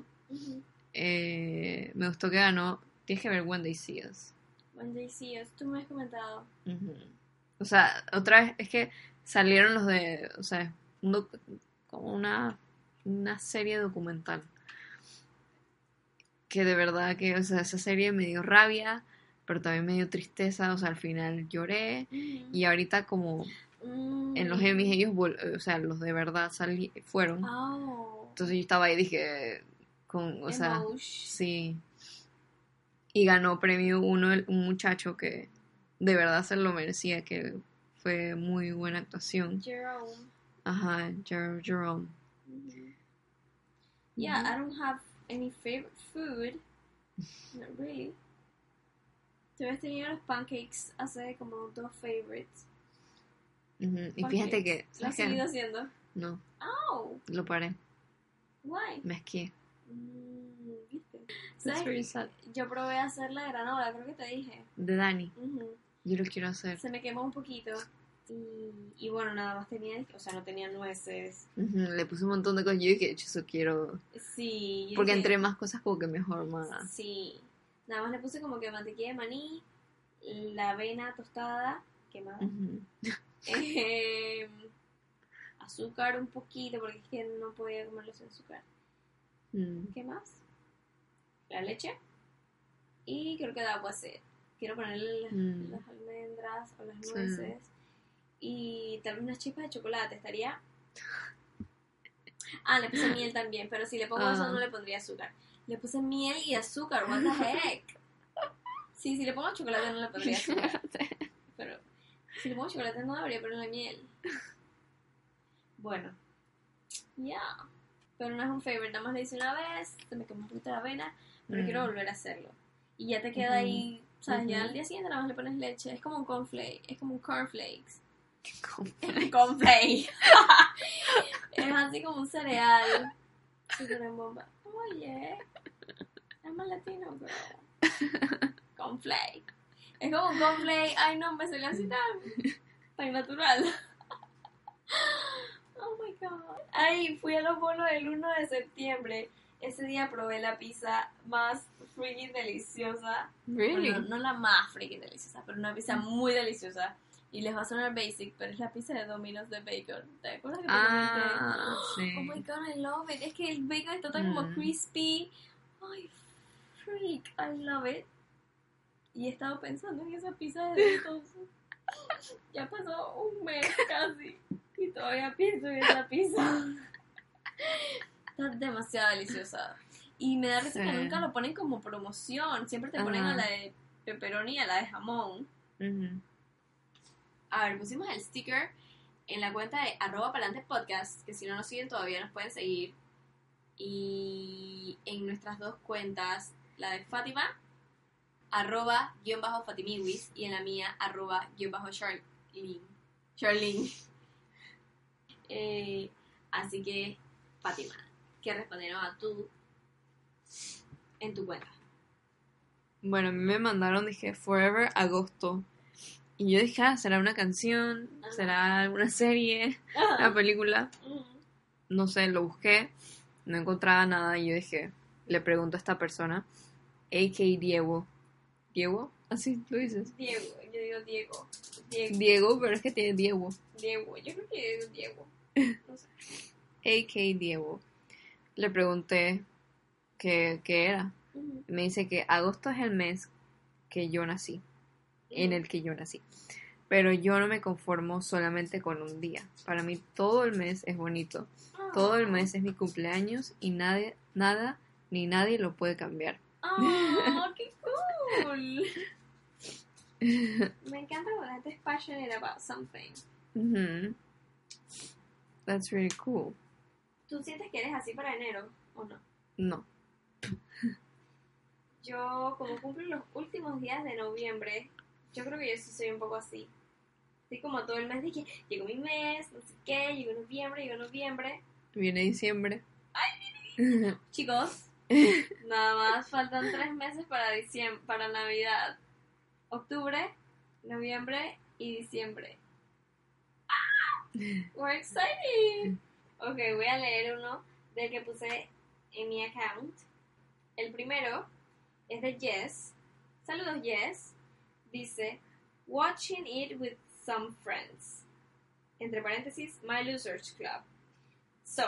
Me gustó que ganó. Tienes que ver When They See Us. When They See Us, tú me has comentado. O sea, otra vez es que salieron los de. O sea, como una una serie documental. Que de verdad que, o sea, esa serie me dio rabia, pero también me dio tristeza, o sea, al final lloré. Y ahorita como en los Emmys ellos, o sea, los de verdad fueron. Entonces yo estaba ahí y dije, o sea, sí. Y ganó premio un muchacho que de verdad se lo merecía, que fue muy buena actuación. Jerome. Ajá, Jerome. Yeah, I don't have any favorite food. Not really. Te habías tenido los pancakes hace como 2 favorites. Y fíjate que... ¿Lo has seguido haciendo? No. Oh. Lo paré. Why? Me esquié. ¿Viste? That's very sad. Yo probé hacer la granola, creo que te dije. De Dani. Yo lo quiero hacer. Se me quemó un poquito. Y bueno, nada más tenía, o sea, no tenía nueces. Le puse un montón de cosas. Yo dije, eso quiero. Sí. Porque entre más cosas como que mejor más. Sí. Nada más le puse como que mantequilla de maní, la avena tostada, quemada. Azúcar un poquito, porque es que no podía comerlo sin azúcar. ¿Qué más? La leche. Y creo que da agua sed. Quiero ponerle las almendras o las nueces. Sí. Y tal vez unas chispas de chocolate. Estaría... le puse miel también. Pero si le pongo eso no le pondría azúcar. Le puse miel y azúcar. What the heck. Sí, si le pongo chocolate no le pondría azúcar. Pero si le pongo chocolate no debería ponerle miel. Bueno. Yeah. Pero no es un favorite. Nada más lo hice una vez. Se me quemó un poquito la avena. Pero quiero volver a hacerlo. Y ya te queda ahí... ¿Sabes? Ya al día siguiente nada más le pones leche. Es como un cornflake. Es como un cornflakes. Cornflake. Es así como un cereal. Super en bomba. Oye. Es más latino, pero... Cornflake. Es como un cornflake. Ay, no, me salió así tan natural. Oh my god. Ay, fui a los bonos del 1 de septiembre. Ese día probé la pizza más freaking deliciosa. Really? Bueno, no la más freaking deliciosa, pero una pizza muy deliciosa. Y les va a sonar basic, pero es la pizza de Domino's de bacon. ¿Te acuerdas que te comenté? Sí. Oh my god, I love it. Es que el bacon está tan como crispy. Ay, freak, I love it. Y he estado pensando en esa pizza desde entonces. Ya pasó un mes casi. Y todavía pienso en esa pizza. Está demasiado deliciosa. Y me da risa que nunca lo ponen como promoción. Siempre te ponen a la de pepperoni y a la de jamón. A ver, pusimos el sticker en la cuenta de @palantepodcast, que si no nos siguen todavía nos pueden seguir. Y en nuestras 2 cuentas, la de Fátima, @_Fatimiwis, y en la mía, @Charlene. Así que, Fátima, ¿qué respondieron a tú en tu cuenta? Bueno, a mí me mandaron, dije, Forever Agosto. Y yo dije, ¿será una canción? ¿Será alguna serie? ¿Una película? No sé, lo busqué, no encontraba nada y yo dije, le pregunto a esta persona, a.k.a. Diego. ¿Diego? ¿Así lo dices? Diego, yo digo Diego. Diego, pero es que tiene Diego. Diego, yo creo que es Diego. No sé. A.k.a. Diego. Le pregunté qué era. Me dice que agosto es el mes que yo nací. En el que yo nací. Pero yo no me conformo solamente con un día. Para mí todo el mes es bonito. Todo el mes es mi cumpleaños y nada ni nadie lo puede cambiar. ¡Oh, qué cool! Me encanta cuando la gente es passionate about something. That's really cool. ¿Tú sientes que eres así para enero o no? No. Yo, como cumplo los últimos días de noviembre, yo creo que yo sí soy un poco así. Estoy como todo el mes de que llegó mi mes, no sé qué, llegó noviembre. Viene diciembre. ¡Ay! Chicos, nada más faltan 3 meses para Navidad. Octubre, noviembre y diciembre. ¡Ah! We're excited. Ok, voy a leer uno del que puse en mi account. El primero es de Jess. Saludos, Jess. Dice, watching it with some friends. Entre paréntesis, my losers club. So,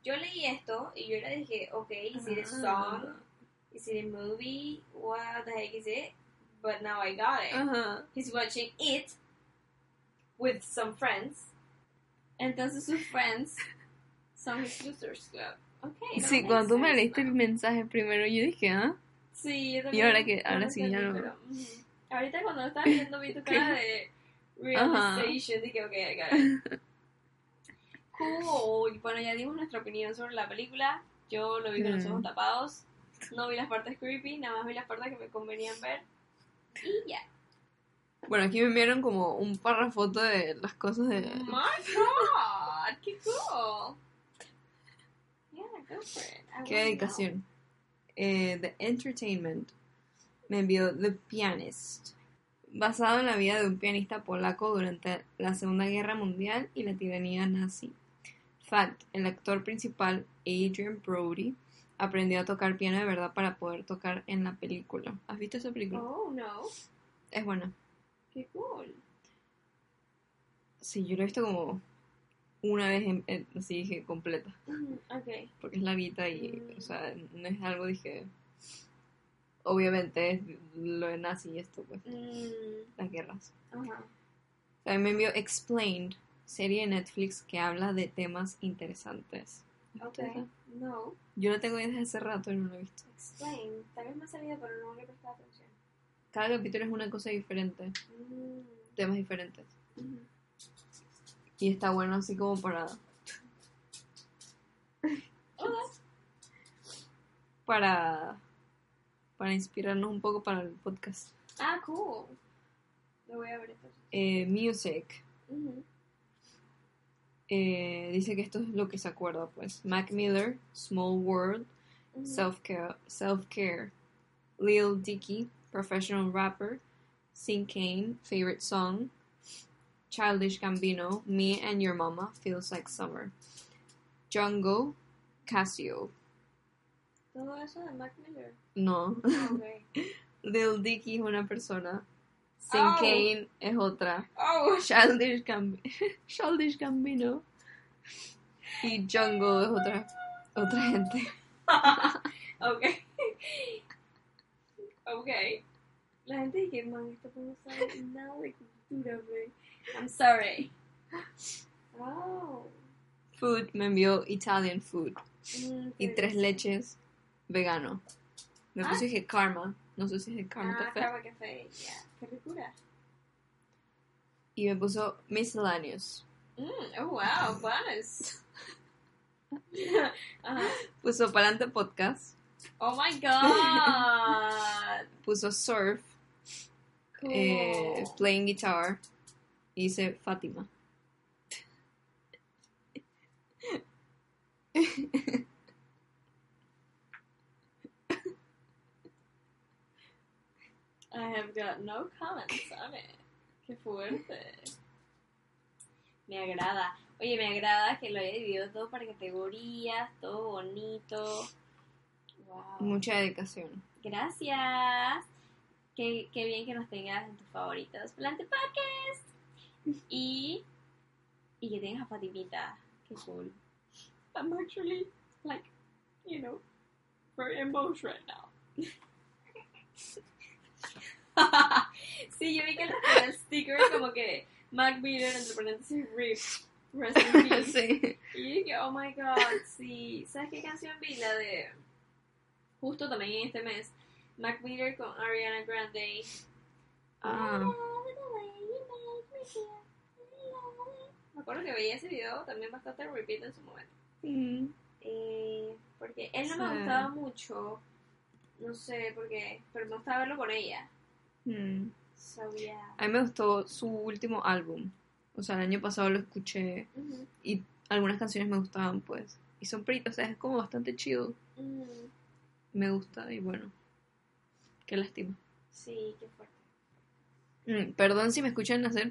yo leí esto y yo le dije, okay, is it a song? Is it a movie? What the heck is it? But now I got it. He's watching it with some friends. Entonces sus friends son his losers club. Okay, sí, cuando tú me leíste el mensaje primero, yo dije, ¿ah? Sí, yo también. Y ahora sí ya no. Pero, ahorita cuando lo estaba viendo vi tu cara de realization. Dije, okay, I got it. Cool. Bueno, ya dimos nuestra opinión sobre la película. Yo lo vi con los ojos tapados. No vi las partes creepy, nada más vi las partes que me convenían ver. Y ya. Bueno, aquí me enviaron como un párrafoto de las cosas de... Oh my god, qué cool. Yeah, go for it. Qué dedicación. The Entertainment me envió The Pianist, basado en la vida de un pianista polaco durante la Segunda Guerra Mundial y la tiranía nazi. Fact, el actor principal, Adrian Brody, aprendió a tocar piano de verdad para poder tocar en la película. ¿Has visto esa película? Oh, no. Es buena. Qué cool. Sí, yo la he visto como una vez, así dije, completa. Okay. Porque es larguita y, o sea, no es algo, dije... Obviamente es lo de nazi y esto, pues. Las guerras. También me envió Explained, serie de Netflix que habla de temas interesantes. Okay. No. Yo no tengo desde hace rato y no lo he visto. Explain. Tal vez me ha salido, pero no le he prestado atención. Cada capítulo es una cosa diferente. Temas diferentes. Y está bueno así como para inspirarnos un poco para el podcast. Ah, cool. Lo voy a ver esto. Music. Dice que esto es lo que se acuerda, pues. Mac Miller, Small World, Self-Care, Lil Dicky, Professional Rapper, Sing Kane, Favorite Song, Childish Gambino, Me and Your Mama, Feels Like Summer, Django, Casio. ¿Todo eso de Mac Miller? No. Okay. Lil Dicky es una persona. Sing Kane es otra. Childish Gambino. Y Django es otra gente. Okay. Okay. La gente dice, man, esto no sabe nada de cultura, güey. I'm sorry. Food, me envió Italian food. Y 3 leches vegano. Me puse dije Karma. No sé si es de Karma Café. Karma Café, yeah. Qué ricura. Y me puso Miscellaneous. Oh, wow, bonus. Puso Palante Podcast. Oh my god. Puso Surf. Cool. Playing Guitar. Y dice Fátima. I have got no comments on it. Qué fuerte. Me agrada. Oye, me agrada que lo haya dividido todo para categorías, todo bonito. Wow. Mucha dedicación. Gracias. Qué bien que nos tengas en tus favoritos. Plante Podcast. Y que tengas a Fatimita. Qué cool. I'm actually, like, you know, very emotional right now. Sí, yo vi que el sticker como que Mac Miller entre paréntesis RIP, rest in peace. Sí. Y dije, oh my god, sí. ¿Sabes qué canción vi? La de justo también en este mes, Mac Miller con Ariana Grande. Me acuerdo que veía ese video también bastante repeat en su momento. Porque él no me gustaba mucho, no sé por qué, pero me gustaba verlo con ella. So, yeah. A mí me gustó su último álbum. O sea, el año pasado lo escuché y algunas canciones me gustaban, pues. Y son pretty, o sea, es como bastante chill. Me gusta y bueno. Qué lástima. Sí, qué fuerte. Perdón si me escuchan hacer...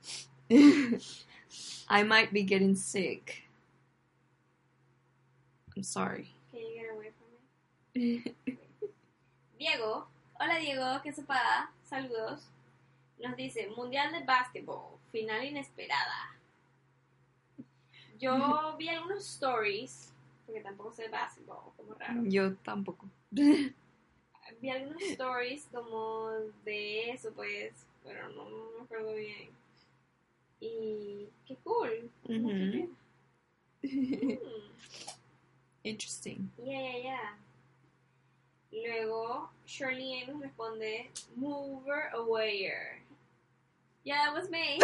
I might be getting sick. I'm sorry. Can you get away from me? Diego. Hola Diego, que sepa. Saludos. Nos dice, Mundial de Básquetbol, final inesperada. Yo vi algunos stories porque tampoco sé basketball, como raro. Yo tampoco. Vi algunos stories como de eso, pues, pero no me acuerdo bien. Y qué cool. Ujú. Mm. Interesting. Yeah. Luego, Charlene nos responde, mover awayer. Yeah, that was me.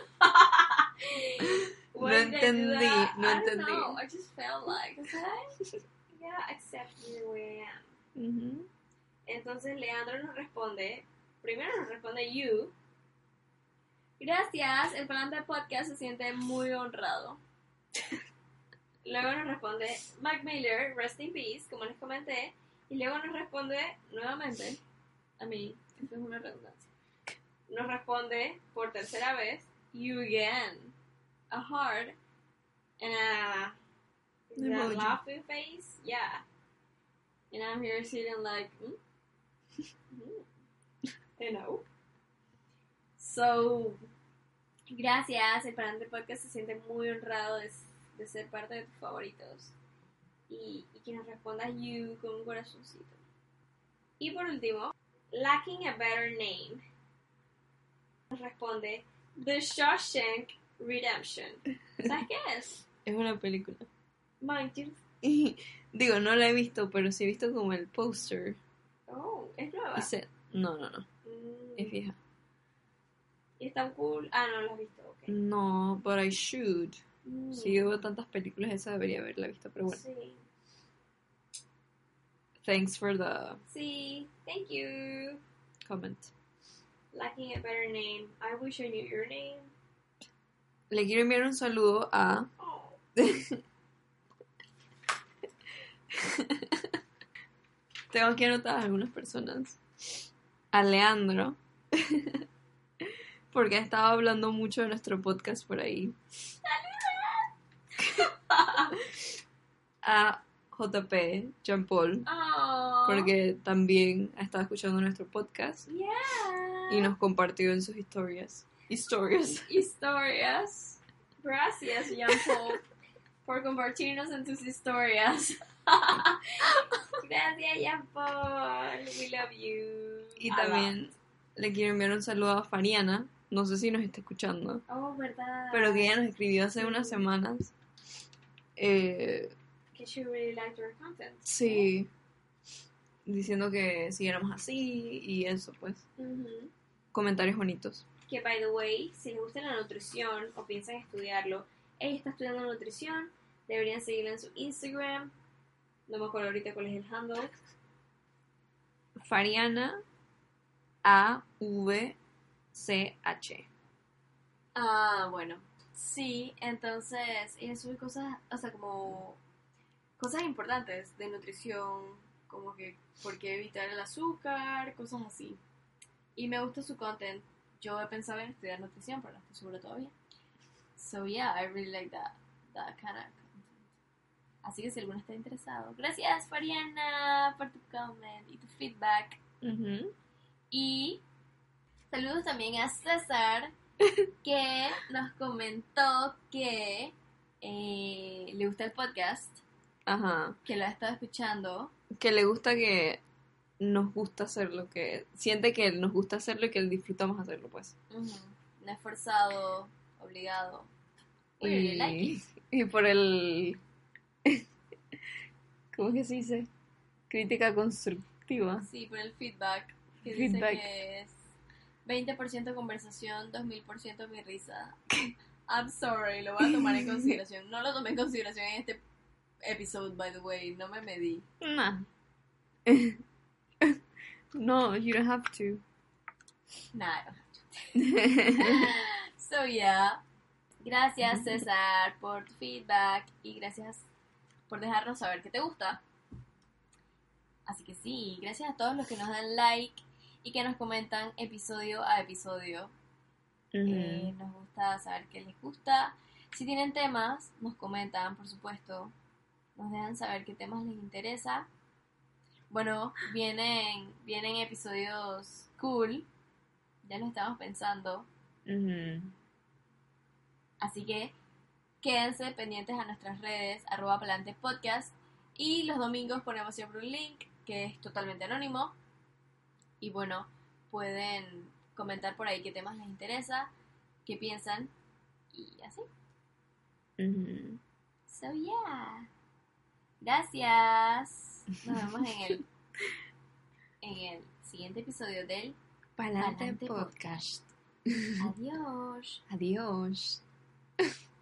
No entendí. I don't know, I just felt like, yeah, accept me the way I am. Ujú. Entonces Leandro nos responde, primero nos responde you. Gracias, el planeta de podcast se siente muy honrado. Luego nos responde Mac Miller, rest in peace, como les comenté. Y luego nos responde nuevamente, a mí, esto es una redundancia. Nos responde por tercera vez, you again. A heart and a Emoji. laughing face, yeah. And I'm here sitting like, you know. So, gracias, el Parante Podcast se siente muy honrado de ser parte de tus favoritos. Y que nos responda you con un corazoncito. Y por último, lacking a better name, nos responde The Shawshank Redemption. ¿Sabes qué es? Es una película. Manches. Digo, no la he visto, pero sí he visto como el póster. Oh, es nueva. No. Es Mm. vieja. Y está cool. Ah, no lo has visto, ok. No, but I should. Mm. Si yo veo tantas películas, esa debería haberla visto, pero bueno. Sí. Thanks for the Sí, thank you. comment. Lacking a better name. I wish I knew your name. Le quiero enviar un saludo a... Oh. Tengo aquí anotadas algunas personas. A Leandro. Porque ha estado hablando mucho de nuestro podcast por ahí. A JP, Jean Paul. Oh. Porque también ha estado escuchando nuestro podcast. Yeah. Y nos compartió en sus historias. Historias. Gracias, Jean-Paul, por compartirnos en tus historias. Gracias, Jean-Paul. We love you. Y también le quiero enviar un saludo a Fariana. No sé si nos está escuchando. Oh, verdad. Pero que ella nos escribió hace unas semanas. Que she really liked our content. Sí. Diciendo que siguiéramos así y eso, pues. Uh-huh. Comentarios bonitos. Que, by the way, si les gusta la nutrición o piensan estudiarlo, ella está estudiando nutrición, deberían seguirla en su Instagram. No me acuerdo ahorita cuál es el handle. Fariana AVCH. Ah, bueno. Sí, entonces ella sube cosas, o sea, como cosas importantes de nutrición, como que por qué evitar el azúcar, cosas así. Y me gusta su content. Yo he pensado en estudiar nutrición, pero no estoy segura todavía. So yeah, I really like that kind of content. Así que si alguno está interesado, gracias Fariana por tu comment y tu feedback. Uh-huh. Y saludos también a César, que nos comentó que le gusta el podcast, Ajá. que lo ha estado escuchando. Que le gusta que nos gusta hacerlo, que siente que nos gusta hacerlo y que disfrutamos hacerlo, pues. Uh-huh. No es forzado, obligado. We really like it. Y por el... ¿Cómo es que se dice? Crítica constructiva. Sí, por el feedback, que Feedback. dice que es 20% conversación, 2000% mi risa. I'm sorry, lo voy a tomar en consideración. No lo tomé en consideración en este episodio, by the way, no me medí. Nah. No, you don't have to. Nah, I don't have to. So yeah, gracias César por tu feedback y gracias por dejarnos saber que te gusta. Así que sí, gracias a todos los que nos dan like y que nos comentan episodio a episodio. Uh-huh. Nos gusta saber que les gusta. Si tienen temas, nos comentan, por supuesto. Nos dejan saber qué temas les interesa. Bueno, vienen episodios cool. Ya lo estamos pensando. Uh-huh. Así que Quédense pendientes a nuestras redes, @palantepodcast. Y los domingos ponemos siempre un link que es totalmente anónimo. Y bueno, pueden comentar por ahí qué temas les interesa, qué piensan y así. So yeah. Gracias. Nos vemos en el siguiente episodio del Palante Podcast. Adiós. Adiós.